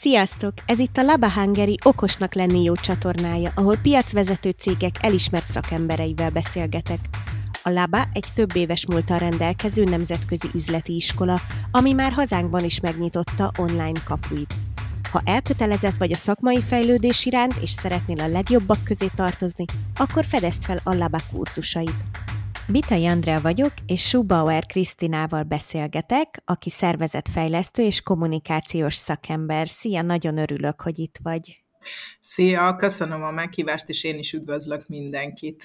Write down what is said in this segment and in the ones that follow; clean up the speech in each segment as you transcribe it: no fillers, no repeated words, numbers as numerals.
Sziasztok! Ez itt a Laba Hungary okosnak lenni jó csatornája, ahol piacvezető cégek elismert szakembereivel beszélgetek. A Laba egy több éves múlttal rendelkező nemzetközi üzleti iskola, ami már hazánkban is megnyitotta online kapuit. Ha elkötelezett vagy a szakmai fejlődés iránt, és szeretnél a legjobbak közé tartozni, akkor fedezd fel a Laba kurzusait. Bitai Andrea vagyok, és Schubauer Krisztinával beszélgetek, aki szervezetfejlesztő és kommunikációs szakember. Szia, nagyon örülök, hogy itt vagy. Szia, köszönöm a meghívást, és én is üdvözlök mindenkit.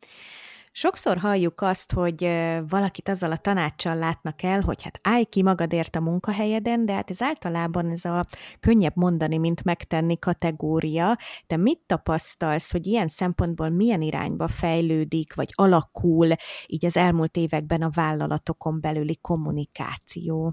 Sokszor halljuk azt, hogy valakit azzal a tanáccsal látnak el, hogy hát állj ki magadért a munkahelyeden, de hát ez általában ez a könnyebb mondani, mint megtenni kategória. Te mit tapasztalsz, hogy ilyen szempontból milyen irányba fejlődik, vagy alakul így az elmúlt években a vállalatokon belüli kommunikáció?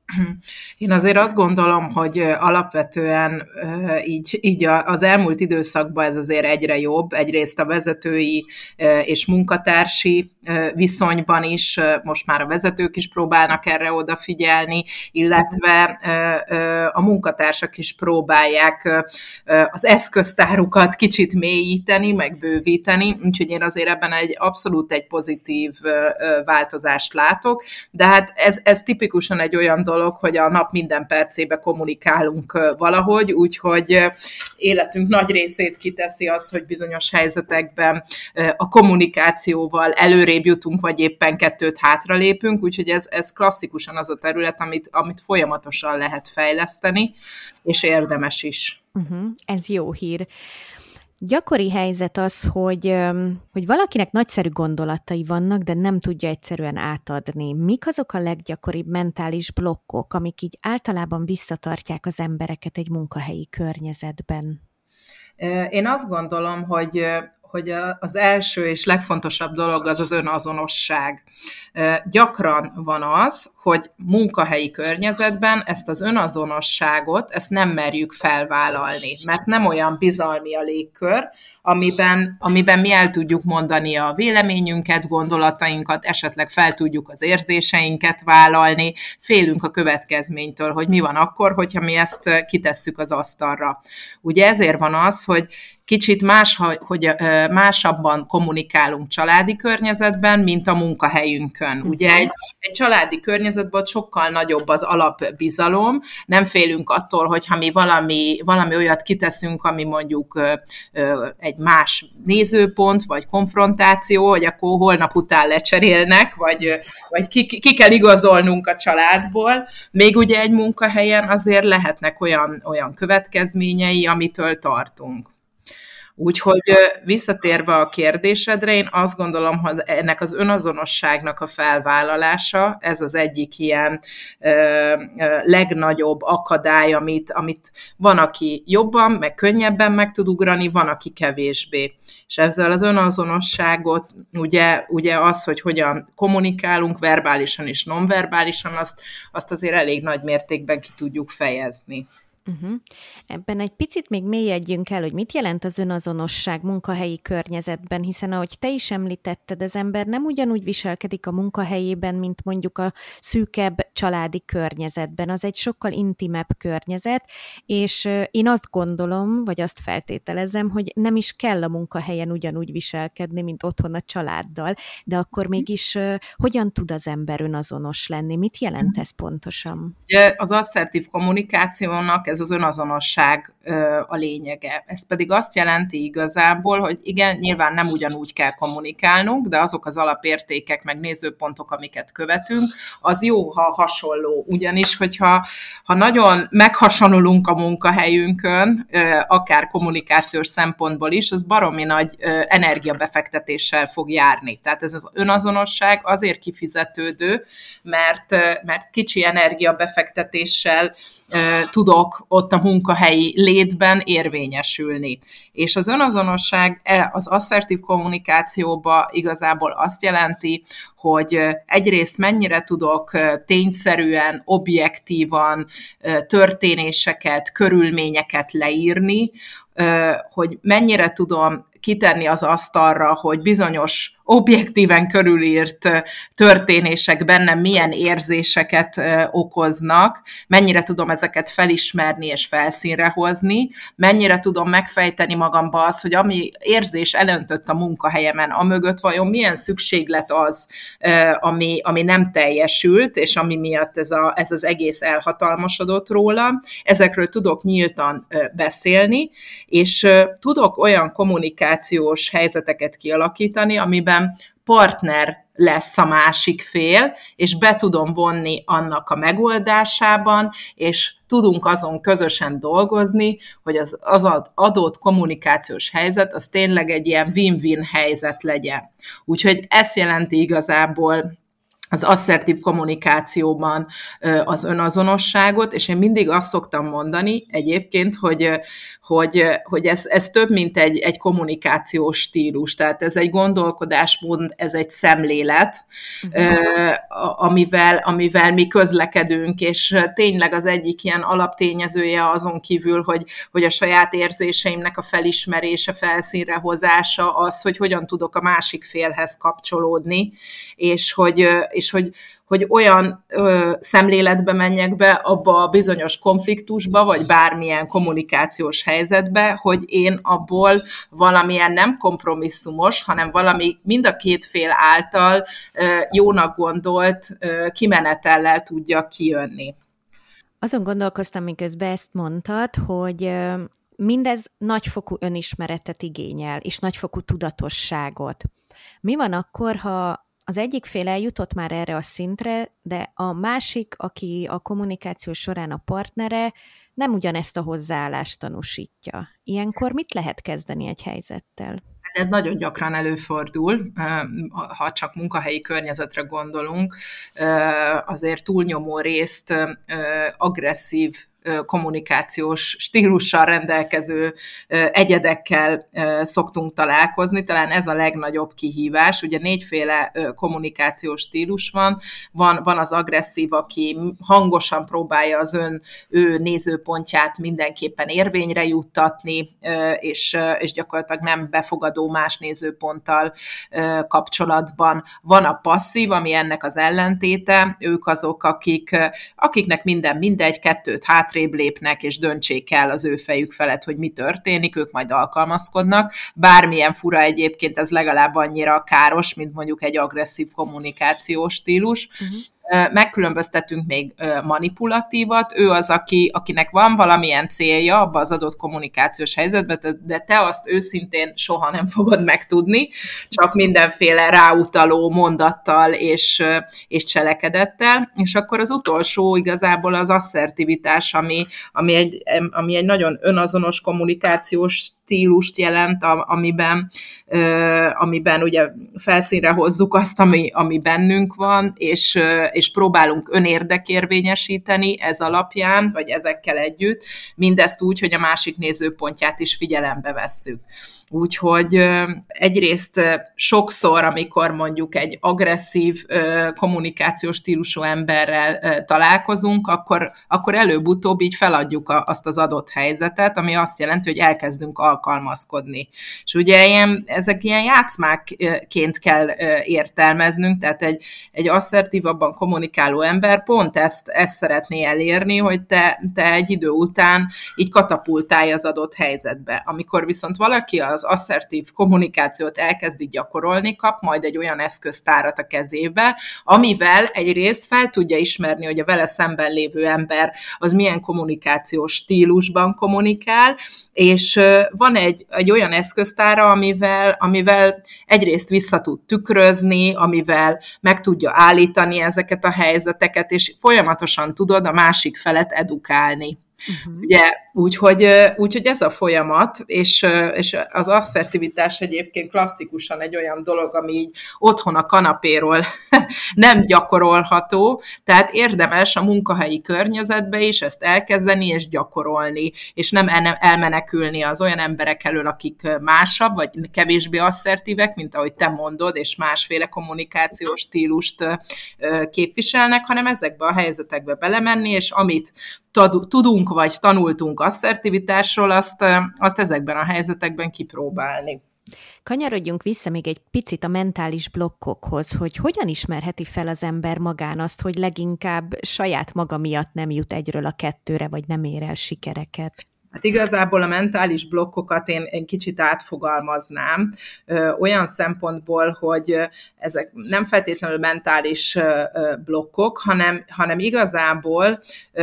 Én azért azt gondolom, hogy alapvetően így az elmúlt időszakban ez azért egyre jobb. Egyrészt a vezetői és munkatársi viszonyban is, most már a vezetők is próbálnak erre odafigyelni, illetve a munkatársak is próbálják az eszköztárukat kicsit mélyíteni, meg bővíteni, úgyhogy én azért ebben abszolút egy pozitív változást látok, de hát ez tipikusan egy olyan dolog, hogy a nap minden percében kommunikálunk valahogy, úgyhogy életünk nagy részét kiteszi az, hogy bizonyos helyzetekben a kommunikációval előrébb jutunk, vagy éppen kettőt hátralépünk, úgyhogy ez klasszikusan az a terület, amit folyamatosan lehet fejleszteni, és érdemes is. Ez jó hír. Gyakori helyzet az, hogy valakinek nagyszerű gondolatai vannak, de nem tudja egyszerűen átadni. Mik azok a leggyakoribb mentális blokkok, amik így általában visszatartják az embereket egy munkahelyi környezetben? Én azt gondolom, hogy az első és legfontosabb dolog az önazonosság. Gyakran van az, hogy munkahelyi környezetben ezt az önazonosságot, ezt nem merjük felvállalni, mert nem olyan bizalmi a légkör, amiben mi el tudjuk mondani a véleményünket, gondolatainkat, esetleg fel tudjuk az érzéseinket vállalni, félünk a következménytől, hogy mi van akkor, hogyha mi ezt kitesszük az asztalra. Ugye ezért van az, hogy kicsit másabban kommunikálunk családi környezetben, mint a munkahelyünkön. Ugye egy családi környezetben sokkal nagyobb az alapbizalom, nem félünk attól, hogyha mi valami olyat kiteszünk, ami mondjuk egy más nézőpont, vagy konfrontáció, hogy akkor holnap után lecserélnek, vagy ki kell igazolnunk a családból. Még ugye egy munkahelyen azért lehetnek olyan következményei, amitől tartunk. Úgyhogy visszatérve a kérdésedre, én azt gondolom, hogy ennek az önazonosságnak a felvállalása, ez az egyik ilyen legnagyobb akadály, amit van, aki jobban, meg könnyebben meg tud ugrani, van, aki kevésbé. És ezzel az önazonosságot, ugye az, hogy hogyan kommunikálunk verbálisan és nonverbálisan, azt azért elég nagy mértékben ki tudjuk fejezni. Ebben egy picit még mélyedjünk el, hogy mit jelent az önazonosság munkahelyi környezetben, hiszen ahogy te is említetted, az ember nem ugyanúgy viselkedik a munkahelyében, mint mondjuk a szűkebb családi környezetben. Az egy sokkal intimebb környezet, és én azt gondolom, vagy azt feltételezem, hogy nem is kell a munkahelyen ugyanúgy viselkedni, mint otthon a családdal, de akkor mégis hogyan tud az ember önazonos lenni? Mit jelent ez pontosan? Az asszertív kommunikációnak ez az önazonosság a lényege. Ez pedig azt jelenti igazából, hogy igen, nyilván nem ugyanúgy kell kommunikálnunk, de azok az alapértékek, meg nézőpontok, amiket követünk, az jó, ha hasonló. Ugyanis, hogyha nagyon meghasonlulunk a munkahelyünkön, akár kommunikációs szempontból is, az baromi nagy energiabefektetéssel fog járni. Tehát ez az önazonosság azért kifizetődő, mert kicsi energiabefektetéssel tudok ott a munkahelyi létben érvényesülni. És az önazonosság az asszertív kommunikációban igazából azt jelenti, hogy egyrészt mennyire tudok tényszerűen, objektívan történéseket, körülményeket leírni, hogy mennyire tudom kitenni az asztalra, hogy bizonyos objektíven körülírt történések bennem milyen érzéseket okoznak, mennyire tudom ezeket felismerni és felszínre hozni, mennyire tudom megfejteni magamba azt, hogy ami érzés elöntött a munkahelyemen, amögött vajon milyen szükséglet az, ami nem teljesült, és ami miatt ez az egész elhatalmasodott róla. Ezekről tudok nyíltan beszélni, és tudok olyan kommunikációs helyzeteket kialakítani, amiben partner lesz a másik fél, és be tudom vonni annak a megoldásában, és tudunk azon közösen dolgozni, hogy az adott kommunikációs helyzet az tényleg egy ilyen win-win helyzet legyen. Úgyhogy ezt jelenti igazából az asszertív kommunikációban az önazonosságot, és én mindig azt szoktam mondani egyébként, hogy ez több, mint egy kommunikációs stílus, tehát ez egy gondolkodásmód, ez egy szemlélet, amivel mi közlekedünk, és tényleg az egyik ilyen alaptényezője azon kívül, hogy a saját érzéseimnek a felismerése, felszínre hozása az, hogy hogyan tudok a másik félhez kapcsolódni, és hogy olyan szemléletbe menjek be abba a bizonyos konfliktusba, vagy bármilyen kommunikációs helyzetbe, hogy én abból valamilyen nem kompromisszumos, hanem valami mind a két fél által jónak gondolt kimenetellel tudja kijönni. Azon gondolkoztam, miközben ezt mondtad, hogy mindez nagyfokú önismeretet igényel, és nagyfokú tudatosságot. Mi van akkor, ha az egyik fél eljutott már erre a szintre, de a másik, aki a kommunikáció során a partnere, nem ugyanezt a hozzáállást tanúsítja. Ilyenkor mit lehet kezdeni egy helyzettel? Ez nagyon gyakran előfordul, ha csak munkahelyi környezetre gondolunk, azért túlnyomó részt agresszív kommunikációs stílussal rendelkező egyedekkel szoktunk találkozni. Talán ez a legnagyobb kihívás. Ugye 4 kommunikációs stílus van az agresszív, aki hangosan próbálja az ő nézőpontját mindenképpen érvényre juttatni, és gyakorlatilag nem befogadó más nézőponttal kapcsolatban. Van a passzív, ami ennek az ellentéte. Ők azok, akiknek minden mindegy, 2 hátrébb lépnek, és döntsék el az ő fejük felett, hogy mi történik, ők majd alkalmazkodnak. Bármilyen fura egyébként, ez legalább annyira káros, mint mondjuk egy agresszív kommunikációs stílus. Megkülönböztetünk még manipulatívat, ő az, akinek van valamilyen célja abba az adott kommunikációs helyzetben, de te azt őszintén soha nem fogod megtudni, csak mindenféle ráutaló mondattal és cselekedettel, és akkor az utolsó igazából az asszertivitás, ami egy nagyon önazonos kommunikációs stílust jelent, amiben ugye felszínre hozzuk azt, ami bennünk van, és próbálunk önérdekérvényesíteni ez alapján, vagy ezekkel együtt, mindezt úgy, hogy a másik nézőpontját is figyelembe vesszük. Úgyhogy egyrészt sokszor, amikor mondjuk egy agresszív kommunikációs stílusú emberrel találkozunk, akkor előbb-utóbb így feladjuk azt az adott helyzetet, ami azt jelenti, hogy elkezdünk alkalmazkodni. És ugye ezek ilyen játszmákként kell értelmeznünk, tehát egy asszertívabban kommunikáló ember pont ezt szeretné elérni, hogy te egy idő után így katapultálj az adott helyzetbe. Amikor viszont valaki az asszertív kommunikációt elkezdi gyakorolni, kap majd egy olyan eszköztárat a kezébe, amivel egyrészt fel tudja ismerni, hogy a vele szemben lévő ember az milyen kommunikációs stílusban kommunikál, és van egy olyan eszköztára, amivel egyrészt vissza tud tükrözni, amivel meg tudja állítani ezeket a helyzeteket, és folyamatosan tudod a másik felet edukálni. Ugye, úgyhogy ez a folyamat, és az asszertivitás egyébként klasszikusan egy olyan dolog, ami így otthon a kanapéról nem gyakorolható, tehát érdemes a munkahelyi környezetbe is ezt elkezdeni és gyakorolni, és nem elmenekülni az olyan emberek elől, akik másabb, vagy kevésbé asszertívek, mint ahogy te mondod, és másféle kommunikációs stílust képviselnek, hanem ezekbe a helyzetekbe belemenni, és amit tudunk, vagy tanultunk asszertivitásról, azt ezekben a helyzetekben kipróbálni. Kanyarodjunk vissza még egy picit a mentális blokkokhoz, hogy hogyan ismerheti fel az ember magán azt, hogy leginkább saját maga miatt nem jut egyről a kettőre, vagy nem ér el sikereket. Hát igazából a mentális blokkokat én kicsit átfogalmaznám olyan szempontból, hogy ezek nem feltétlenül mentális blokkok, hanem igazából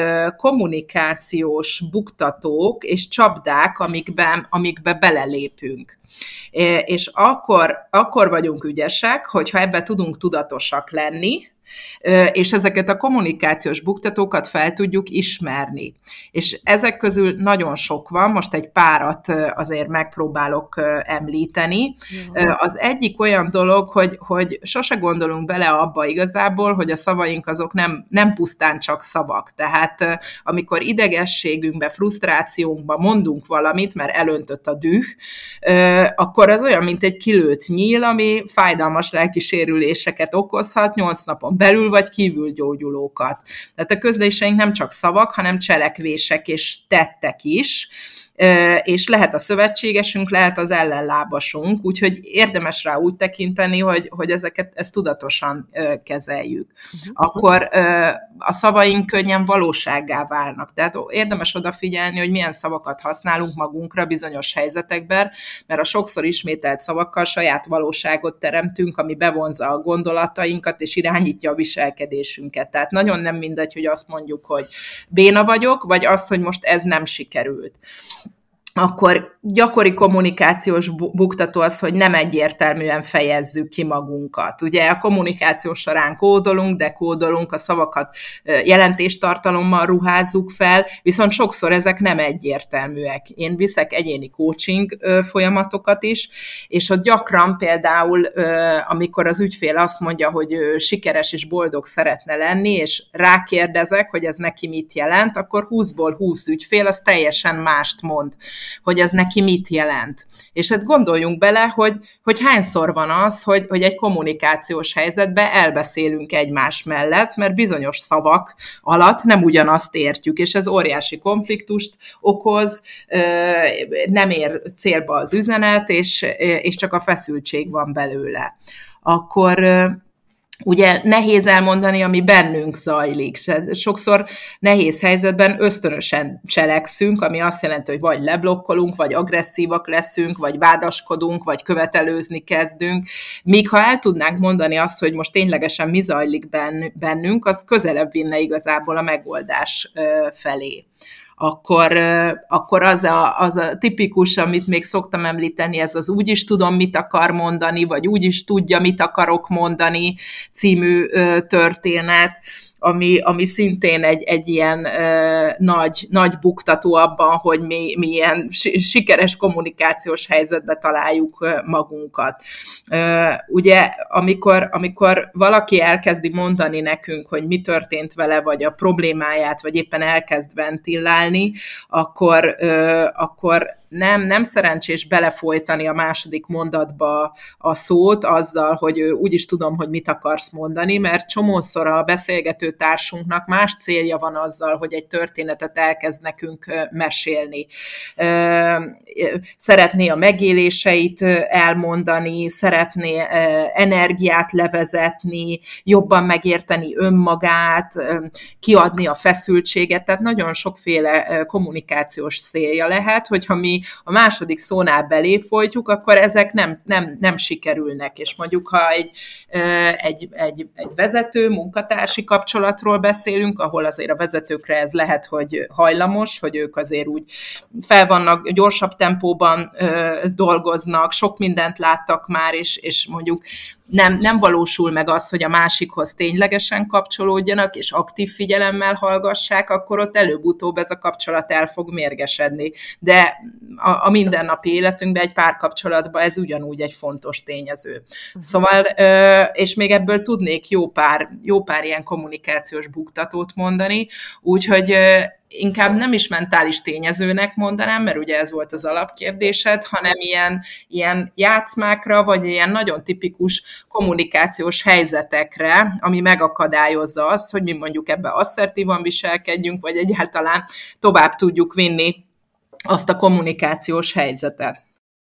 kommunikációs buktatók és csapdák, amikbe belelépünk. És akkor vagyunk ügyesek, hogyha ebbe tudunk tudatosak lenni, és ezeket a kommunikációs buktatókat fel tudjuk ismerni. És ezek közül nagyon sok van, most egy párat azért megpróbálok említeni. Az egyik olyan dolog, hogy sose gondolunk bele abba igazából, hogy a szavaink azok nem pusztán csak szavak. Tehát amikor idegességünkbe, frusztrációnkba mondunk valamit, mert elöntött a düh, akkor az olyan, mint egy kilőtt nyíl, ami fájdalmas lelki sérüléseket okozhat 8 napon belül, vagy kívül gyógyulókat. Tehát a közléseink nem csak szavak, hanem cselekvések és tettek is, és lehet a szövetségesünk, lehet az ellenlábasunk, úgyhogy érdemes rá úgy tekinteni, hogy ezt tudatosan kezeljük. Akkor a szavaink könnyen valósággá válnak. Tehát érdemes odafigyelni, hogy milyen szavakat használunk magunkra bizonyos helyzetekben, mert a sokszor ismételt szavakkal saját valóságot teremtünk, ami bevonza a gondolatainkat, és irányítja a viselkedésünket. Tehát nagyon nem mindegy, hogy azt mondjuk, hogy béna vagyok, vagy azt, hogy most ez nem sikerült. Akkor gyakori kommunikációs buktató az, hogy nem egyértelműen fejezzük ki magunkat. Ugye a kommunikáció során kódolunk, dekódolunk, a szavakat jelentéstartalommal ruházzuk fel, viszont sokszor ezek nem egyértelműek. Én viszek egyéni coaching folyamatokat is, és ott gyakran például, amikor az ügyfél azt mondja, hogy sikeres és boldog szeretne lenni, és rákérdezek, hogy ez neki mit jelent, akkor 20-ból 20 ügyfél az teljesen mást mond, hogy ez neki mit jelent. És hát gondoljunk bele, hogy hányszor van az, hogy egy kommunikációs helyzetben elbeszélünk egymás mellett, mert bizonyos szavak alatt nem ugyanazt értjük, és ez óriási konfliktust okoz, nem ér célba az üzenet, és csak a feszültség van belőle. Akkor ugye nehéz elmondani, ami bennünk zajlik. Sokszor nehéz helyzetben ösztönösen cselekszünk, ami azt jelenti, hogy vagy leblokkolunk, vagy agresszívak leszünk, vagy vádaskodunk, vagy követelőzni kezdünk. Míg ha el tudnánk mondani azt, hogy most ténylegesen mi zajlik bennünk, az közelebb vinne igazából a megoldás felé. Akkor az a tipikus, amit még szoktam említeni, ez az úgy is tudom, mit akar mondani, vagy úgy is tudja, mit akarok mondani című történet, ami szintén egy ilyen nagy buktató abban, hogy mi ilyen sikeres kommunikációs helyzetbe találjuk magunkat. Ugye, amikor valaki elkezdi mondani nekünk, hogy mi történt vele, vagy a problémáját, vagy éppen elkezd ventillálni, akkor nem szerencsés belefolytani a második mondatba a szót azzal, hogy úgy is tudom, hogy mit akarsz mondani, mert csomószor a beszélgető társunknak más célja van azzal, hogy egy történetet elkezd nekünk mesélni. Szeretné a megéléseit elmondani, szeretné energiát levezetni, jobban megérteni önmagát, kiadni a feszültséget, tehát nagyon sokféle kommunikációs célja lehet, hogyha mi a második szónál belé folytjuk, akkor ezek nem sikerülnek. És mondjuk, ha egy vezető, munkatársi kapcsolatról beszélünk, ahol azért a vezetőkre ez lehet, hogy hajlamos, hogy ők azért úgy fel vannak, gyorsabb tempóban dolgoznak, sok mindent láttak már, és mondjuk nem valósul meg az, hogy a másikhoz ténylegesen kapcsolódjanak, és aktív figyelemmel hallgassák, akkor ott előbb-utóbb ez a kapcsolat el fog mérgesedni. De a mindennapi életünkben, egy párkapcsolatban ez ugyanúgy egy fontos tényező. Szóval, és még ebből tudnék jó pár ilyen kommunikációs buktatót mondani, úgyhogy inkább nem is mentális tényezőnek mondanám, mert ugye ez volt az alapkérdésed, hanem ilyen játszmákra, vagy ilyen nagyon tipikus kommunikációs helyzetekre, ami megakadályozza azt, hogy mi mondjuk ebbe asszertívan viselkedjünk, vagy egyáltalán tovább tudjuk vinni azt a kommunikációs helyzetet.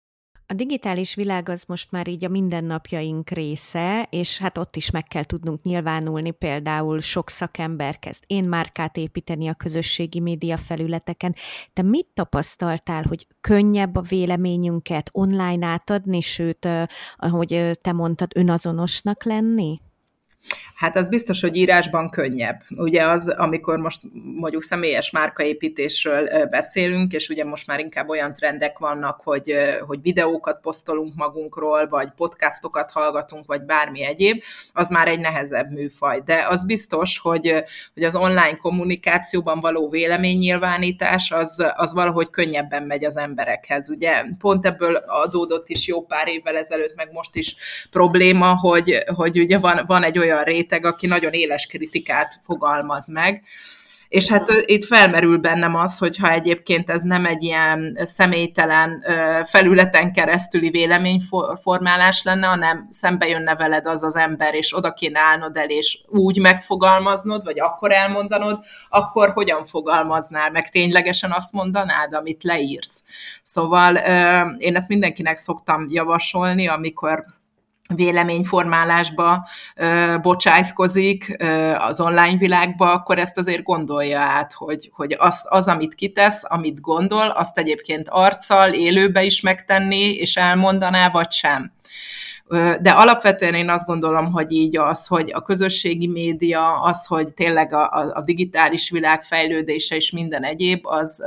A digitális világ az most már így a mindennapjaink része, és hát ott is meg kell tudnunk nyilvánulni, például sok szakember kezd márkát építeni a közösségi média felületeken. Te mit tapasztaltál, hogy könnyebb a véleményünket online átadni, sőt, ahogy te mondtad, önazonosnak lenni? Hát az biztos, hogy írásban könnyebb. Ugye az, amikor most mondjuk személyes márkaépítésről beszélünk, és ugye most már inkább olyan trendek vannak, hogy videókat posztolunk magunkról, vagy podcastokat hallgatunk, vagy bármi egyéb, az már egy nehezebb műfaj. De az biztos, hogy az online kommunikációban való véleménynyilvánítás, az valahogy könnyebben megy az emberekhez. Ugye pont ebből adódott is jó pár évvel ezelőtt, meg most is probléma, hogy ugye van egy olyan réteg, aki nagyon éles kritikát fogalmaz meg, és hát itt felmerül bennem az, hogyha egyébként ez nem egy ilyen személytelen felületen keresztüli véleményformálás lenne, hanem szembe jönne veled az ember, és oda kéne állnod el, és úgy megfogalmaznod, vagy akkor elmondanod, akkor hogyan fogalmaznál, meg ténylegesen azt mondanád, amit leírsz. Szóval én ezt mindenkinek szoktam javasolni, amikor véleményformálásba bocsájtkozik az online világba, akkor ezt azért gondolja át, hogy az, amit kitesz, amit gondol, azt egyébként arccal, élőbe is megtenni, és elmondaná, vagy sem. De alapvetően én azt gondolom, hogy így az, hogy a közösségi média, az, hogy tényleg a digitális világ fejlődése és minden egyéb,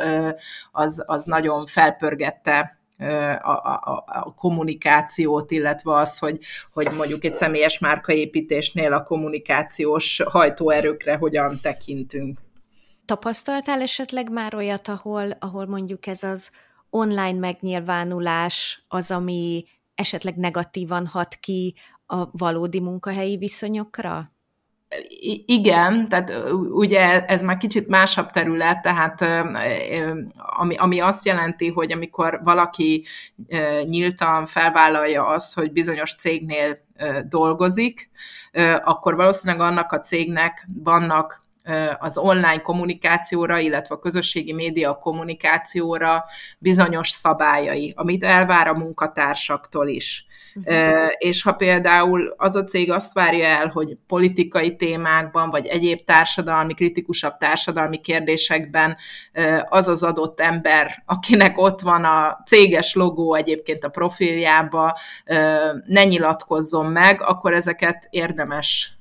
az nagyon felpörgette a kommunikációt, illetve az, hogy mondjuk egy személyes márkaépítésnél a kommunikációs hajtóerőkre hogyan tekintünk. Tapasztaltál esetleg már olyat, ahol mondjuk ez az online megnyilvánulás az, ami esetleg negatívan hat ki a valódi munkahelyi viszonyokra? Igen, tehát ugye ez már kicsit másabb terület, tehát ami azt jelenti, hogy amikor valaki nyíltan felvállalja azt, hogy bizonyos cégnél dolgozik, akkor valószínűleg annak a cégnek vannak az online kommunikációra, illetve a közösségi média kommunikációra bizonyos szabályai, amit elvár a munkatársaktól is. És ha például az a cég azt várja el, hogy politikai témákban, vagy egyéb kritikusabb társadalmi kérdésekben az adott ember, akinek ott van a céges logó egyébként a profiljába, ne nyilatkozzon meg, akkor ezeket érdemes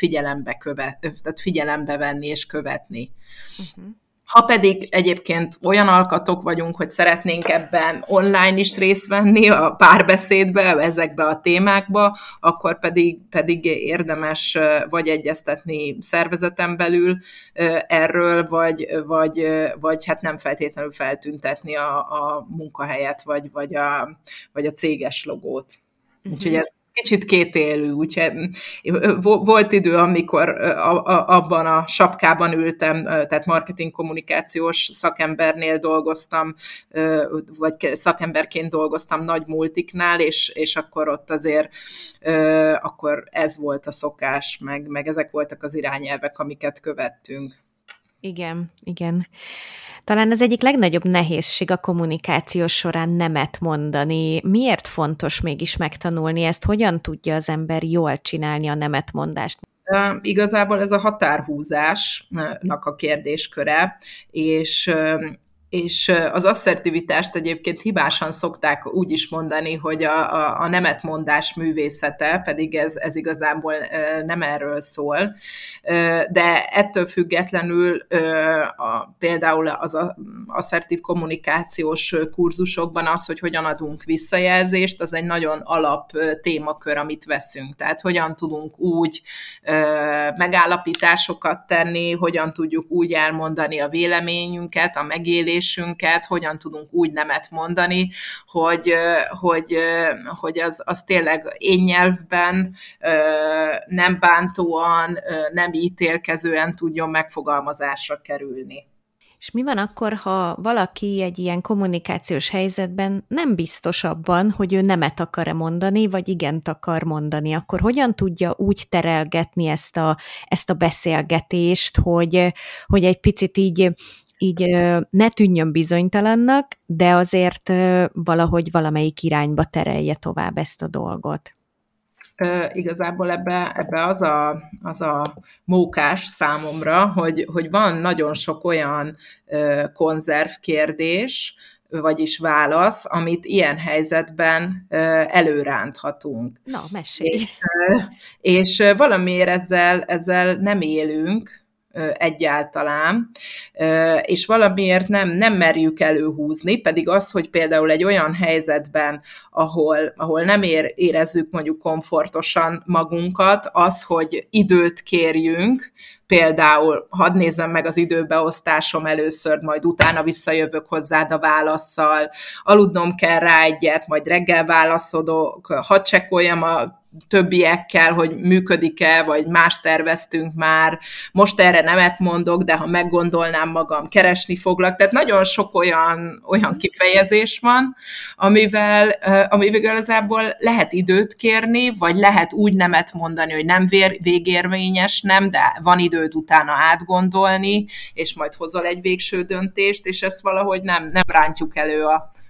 figyelembe venni és követni. Uh-huh. Ha pedig egyébként olyan alkatok vagyunk, hogy szeretnénk ebben online is részt venni a párbeszédbe, ezekbe a témákba, akkor pedig érdemes vagy egyeztetni szervezeten belül erről, vagy hát nem feltétlenül feltüntetni a munkahelyet, vagy a céges logót. Uh-huh. Úgyhogy ez kicsit kétélű, úgyhogy volt idő, amikor abban a sapkában ültem, tehát marketing kommunikációs szakembernél dolgoztam, vagy szakemberként dolgoztam nagy multiknál, és akkor ott azért akkor ez volt a szokás, meg ezek voltak az irányelvek, amiket követtünk. Igen. Talán az egyik legnagyobb nehézség a kommunikáció során nemet mondani. Miért fontos mégis megtanulni ezt? Hogyan tudja az ember jól csinálni a nemetmondást? Igazából ez a határhúzásnak a kérdésköre, és az asszertivitást egyébként hibásan szokták úgy is mondani, hogy a nemetmondás művészete, pedig ez igazából nem erről szól. De ettől függetlenül például az asszertív kommunikációs kurzusokban az, hogy hogyan adunk visszajelzést, az egy nagyon alap témakör, amit veszünk. Tehát hogyan tudunk úgy megállapításokat tenni, hogyan tudjuk úgy elmondani a véleményünket, a megélésünket, hogyan tudunk úgy nemet mondani, hogy az tényleg én nyelvben nem bántóan, nem ítélkezően tudjon megfogalmazásra kerülni. És mi van akkor, ha valaki egy ilyen kommunikációs helyzetben nem biztos abban, hogy ő nemet akar-e mondani, vagy igent akar mondani, akkor hogyan tudja úgy terelgetni ezt a beszélgetést, hogy egy picit így így ne tűnjön bizonytalannak, de azért valahogy valamelyik irányba terelje tovább ezt a dolgot. Igazából ebbe az a mókás számomra, hogy van nagyon sok olyan konzervkérdés, vagyis válasz, amit ilyen helyzetben előránthatunk. Na, mesélj! És valamiért ezzel nem élünk egyáltalán, és valamiért nem merjük előhúzni, pedig az, hogy például egy olyan helyzetben, ahol nem érezzük mondjuk komfortosan magunkat, az, hogy időt kérjünk, például hadd nézzem meg az időbeosztásom először, majd utána visszajövök hozzád a válasszal, aludnom kell rá egyet, majd reggel válaszodok, hadd csekkoljam a többiekkel, hogy működik-e, vagy más terveztünk már, most erre nemet mondok, de ha meggondolnám magam, keresni foglak. Tehát nagyon sok olyan kifejezés van, amivel igazából lehet időt kérni, vagy lehet úgy nemet mondani, hogy nem végérvényes nem, de van időd utána átgondolni, és majd hozol egy végső döntést, és ezt valahogy nem rántjuk elő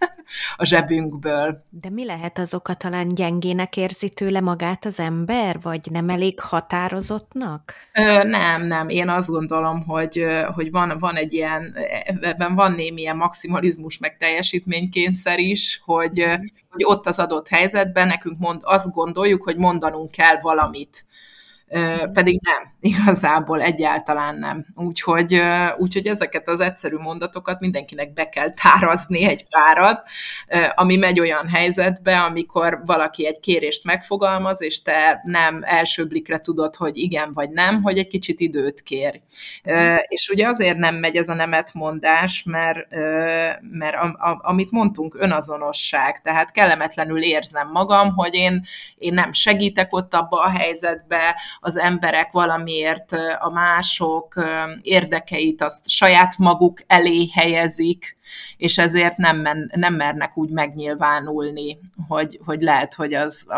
a zsebünkből. De mi lehet az oka? Talán gyengének érzi tőle magát az ember, vagy nem elég határozottnak? Nem. Én azt gondolom, hogy van egy ilyen, ebben van némi ilyen maximalizmus, meg teljesítménykényszer is, hogy ott az adott helyzetben nekünk azt gondoljuk, hogy mondanunk kell valamit. Pedig nem, igazából egyáltalán nem. Úgyhogy ezeket az egyszerű mondatokat mindenkinek be kell tárazni egy párat, ami megy olyan helyzetbe, amikor valaki egy kérést megfogalmaz, és te nem első blikre tudod, hogy igen vagy nem, hogy egy kicsit időt kér. És ugye azért nem megy ez a nemetmondás, mert amit mondtunk, önazonosság, tehát kellemetlenül érzem magam, hogy én nem segítek ott abba a helyzetbe, az emberek valamiért a mások érdekeit azt saját maguk elé helyezik, és ezért nem mernek úgy megnyilvánulni, hogy lehet, hogy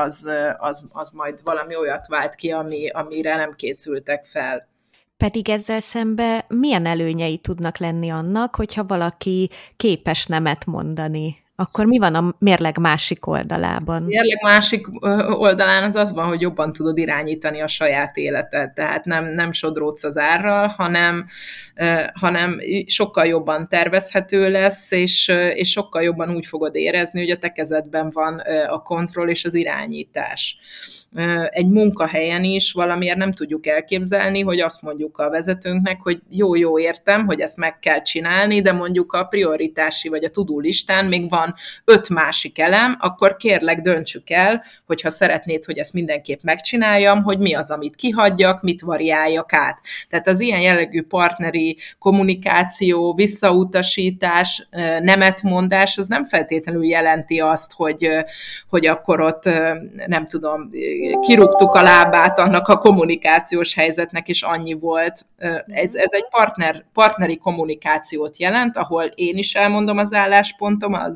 az majd valami olyat vált ki, amire nem készültek fel. Pedig ezzel szemben milyen előnyei tudnak lenni annak, hogyha valaki képes nemet mondani? Akkor mi van a mérleg másik oldalában? A mérleg másik oldalán az van, hogy jobban tudod irányítani a saját életed. Tehát nem sodródsz az árral, hanem sokkal jobban tervezhető lesz, és sokkal jobban úgy fogod érezni, hogy a te kezedben van a kontroll és az irányítás. Egy munkahelyen is valamiért nem tudjuk elképzelni, hogy azt mondjuk a vezetőnknek, hogy jó, értem, hogy ezt meg kell csinálni, de mondjuk a prioritási vagy a to-do listán még van 5 másik elem, akkor kérlek döntsük el, hogyha szeretnéd, hogy ezt mindenképp megcsináljam, hogy mi az, amit kihagyjak, mit variáljak át. Tehát az ilyen jellegű partneri kommunikáció, visszautasítás, nemetmondás, az nem feltétlenül jelenti azt, hogy akkor ott nem tudom, kirúgtuk a lábát annak a kommunikációs helyzetnek, és annyi volt. Ez egy partneri kommunikációt jelent, ahol én is elmondom az álláspontom, az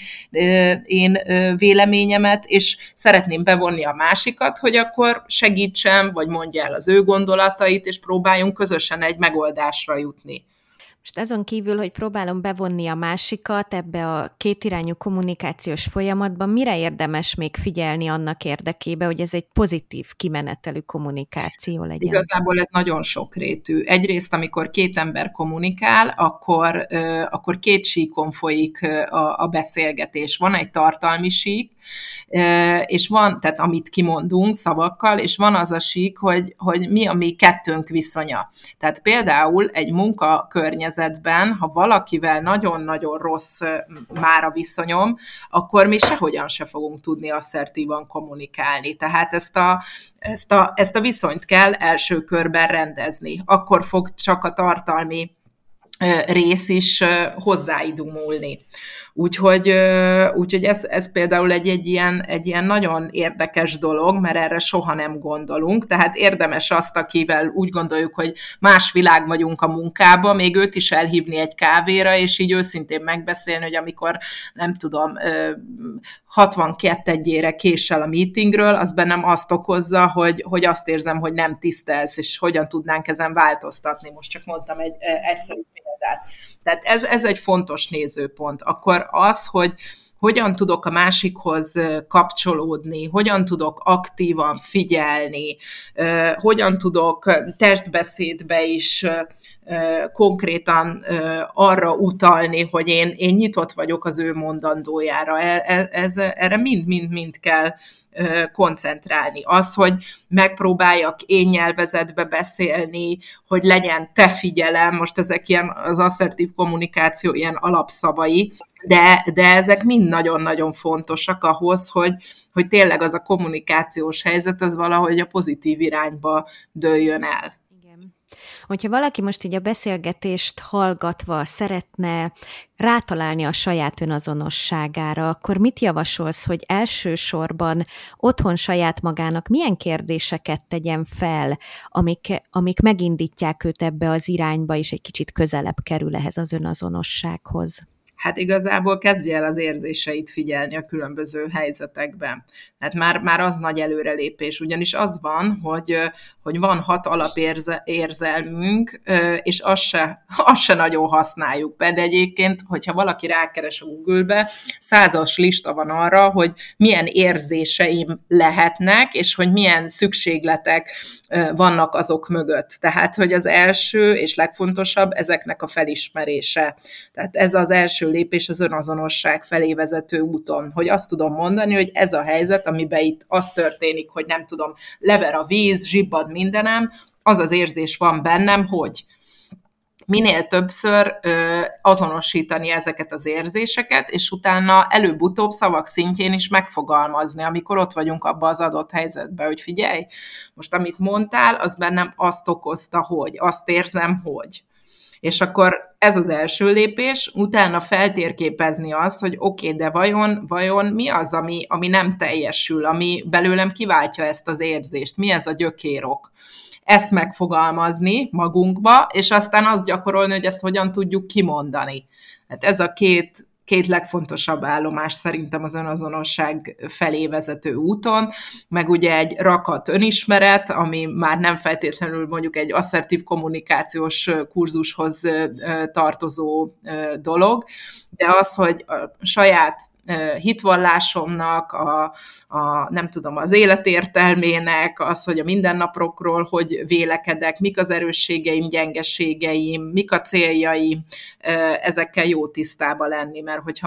én véleményemet, és szeretném bevonni a másikat, hogy akkor segítsem, vagy mondja el az ő gondolatait, és próbáljunk közösen egy megoldásra jutni. Most azon kívül, hogy próbálom bevonni a másikat ebbe a kétirányú kommunikációs folyamatban, mire érdemes még figyelni annak érdekében, hogy ez egy pozitív kimenetelű kommunikáció legyen? Igazából ez nagyon sokrétű. Egyrészt, amikor 2 ember kommunikál, akkor 2 síkon folyik a beszélgetés. Van egy tartalmi sík, és van, tehát amit kimondunk szavakkal, és van az a sík, hogy mi a mi kettőnk viszonya. Tehát például egy munkakörnyezetben, ha valakivel nagyon-nagyon rossz már a viszonyom, akkor mi sehogyan se fogunk tudni asszertívan kommunikálni. Tehát ezt a viszonyt kell első körben rendezni. Akkor fog csak a tartalmi rész is hozzáidumulni. Úgyhogy ez például egy ilyen nagyon érdekes dolog, mert erre soha nem gondolunk, tehát érdemes azt, akivel úgy gondoljuk, hogy más világ vagyunk a munkában, még őt is elhívni egy kávéra, és így őszintén megbeszélni, hogy amikor, nem tudom, 62-ére késel a meetingről, az bennem azt okozza, hogy azt érzem, hogy nem tisztelsz, és hogyan tudnánk ezen változtatni. Most csak mondtam egy egyszerű példát. példát. Tehát ez egy fontos nézőpont. Akkor az, hogy hogyan tudok a másikhoz kapcsolódni, hogyan tudok aktívan figyelni, hogyan tudok testbeszédbe is konkrétan arra utalni, hogy én nyitott vagyok az ő mondandójára. Erre mind kell koncentrálni. Az, hogy megpróbáljak én nyelvezetbe beszélni, hogy legyen te figyelem, most ezek ilyen, az asszertív kommunikáció ilyen alapszavai, de ezek mind nagyon-nagyon fontosak ahhoz, hogy tényleg az a kommunikációs helyzet az valahogy a pozitív irányba dőljön el. Hogyha valaki most így a beszélgetést hallgatva szeretne rátalálni a saját önazonosságára, akkor mit javasolsz, hogy elsősorban otthon saját magának milyen kérdéseket tegyen fel, amik megindítják őt ebbe az irányba, és egy kicsit közelebb kerül ehhez az önazonossághoz? Hát igazából kezdje el az érzéseit figyelni a különböző helyzetekben. Tehát már az nagy előrelépés, ugyanis az van, hogy van 6 alapérzelmünk, és azt se nagyon használjuk. De egyébként, hogyha valaki rákeres a Google-be, 100-as lista van arra, hogy milyen érzéseim lehetnek, és hogy milyen szükségletek vannak azok mögött. Tehát, hogy az első és legfontosabb ezeknek a felismerése. Tehát ez az első lépés az önazonosság felé vezető úton, hogy azt tudom mondani, hogy ez a helyzet, amiben itt az történik, hogy nem tudom, lever a víz, zsibbad mindenem, az az érzés van bennem, hogy minél többször azonosítani ezeket az érzéseket, és utána előbb-utóbb szavak szintjén is megfogalmazni, amikor ott vagyunk abban az adott helyzetben, hogy figyelj, most amit mondtál, az bennem azt okozta, hogy, azt érzem, hogy. És akkor ez az első lépés, utána feltérképezni azt, hogy oké, de vajon mi az, ami nem teljesül, ami belőlem kiváltja ezt az érzést, mi ez a gyökérok. Ezt megfogalmazni magunkba, és aztán azt gyakorolni, hogy ezt hogyan tudjuk kimondani. Hát ez a két legfontosabb állomás szerintem az önazonosság felé vezető úton, meg ugye egy rakat önismeret, ami már nem feltétlenül mondjuk egy asszertív kommunikációs kurzushoz tartozó dolog, de az, hogy a saját hitvallásomnak, nem tudom, az életértelmének, az, hogy a mindennapokról hogy vélekedek, mik az erősségeim, gyengeségeim, mik a céljaim, ezekkel jó tisztába lenni, mert hogyha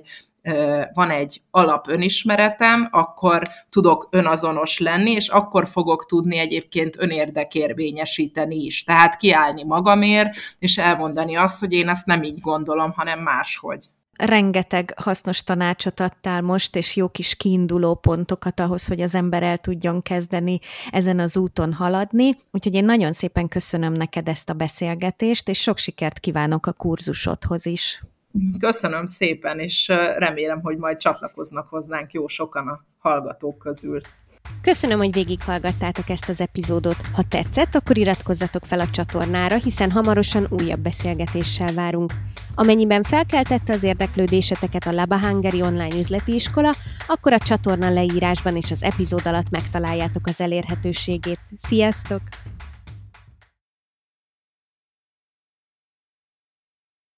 van egy alap önismeretem, akkor tudok önazonos lenni, és akkor fogok tudni egyébként önérdekérvényesíteni is. Tehát kiállni magamért, és elmondani azt, hogy én ezt nem így gondolom, hanem máshogy. Rengeteg hasznos tanácsot adtál most, és jó kis kiinduló pontokat ahhoz, hogy az ember el tudjon kezdeni ezen az úton haladni. Úgyhogy én nagyon szépen köszönöm neked ezt a beszélgetést, és sok sikert kívánok a kurzusodhoz is. Köszönöm szépen, és remélem, hogy majd csatlakoznak hozzánk jó sokan a hallgatók közül. Köszönöm, hogy végighallgattátok ezt az epizódot. Ha tetszett, akkor iratkozzatok fel a csatornára, hiszen hamarosan újabb beszélgetéssel várunk. Amennyiben felkeltette az érdeklődéseteket a Laba Hungary online üzleti iskola, akkor a csatorna leírásban és az epizód alatt megtaláljátok az elérhetőségét. Sziasztok!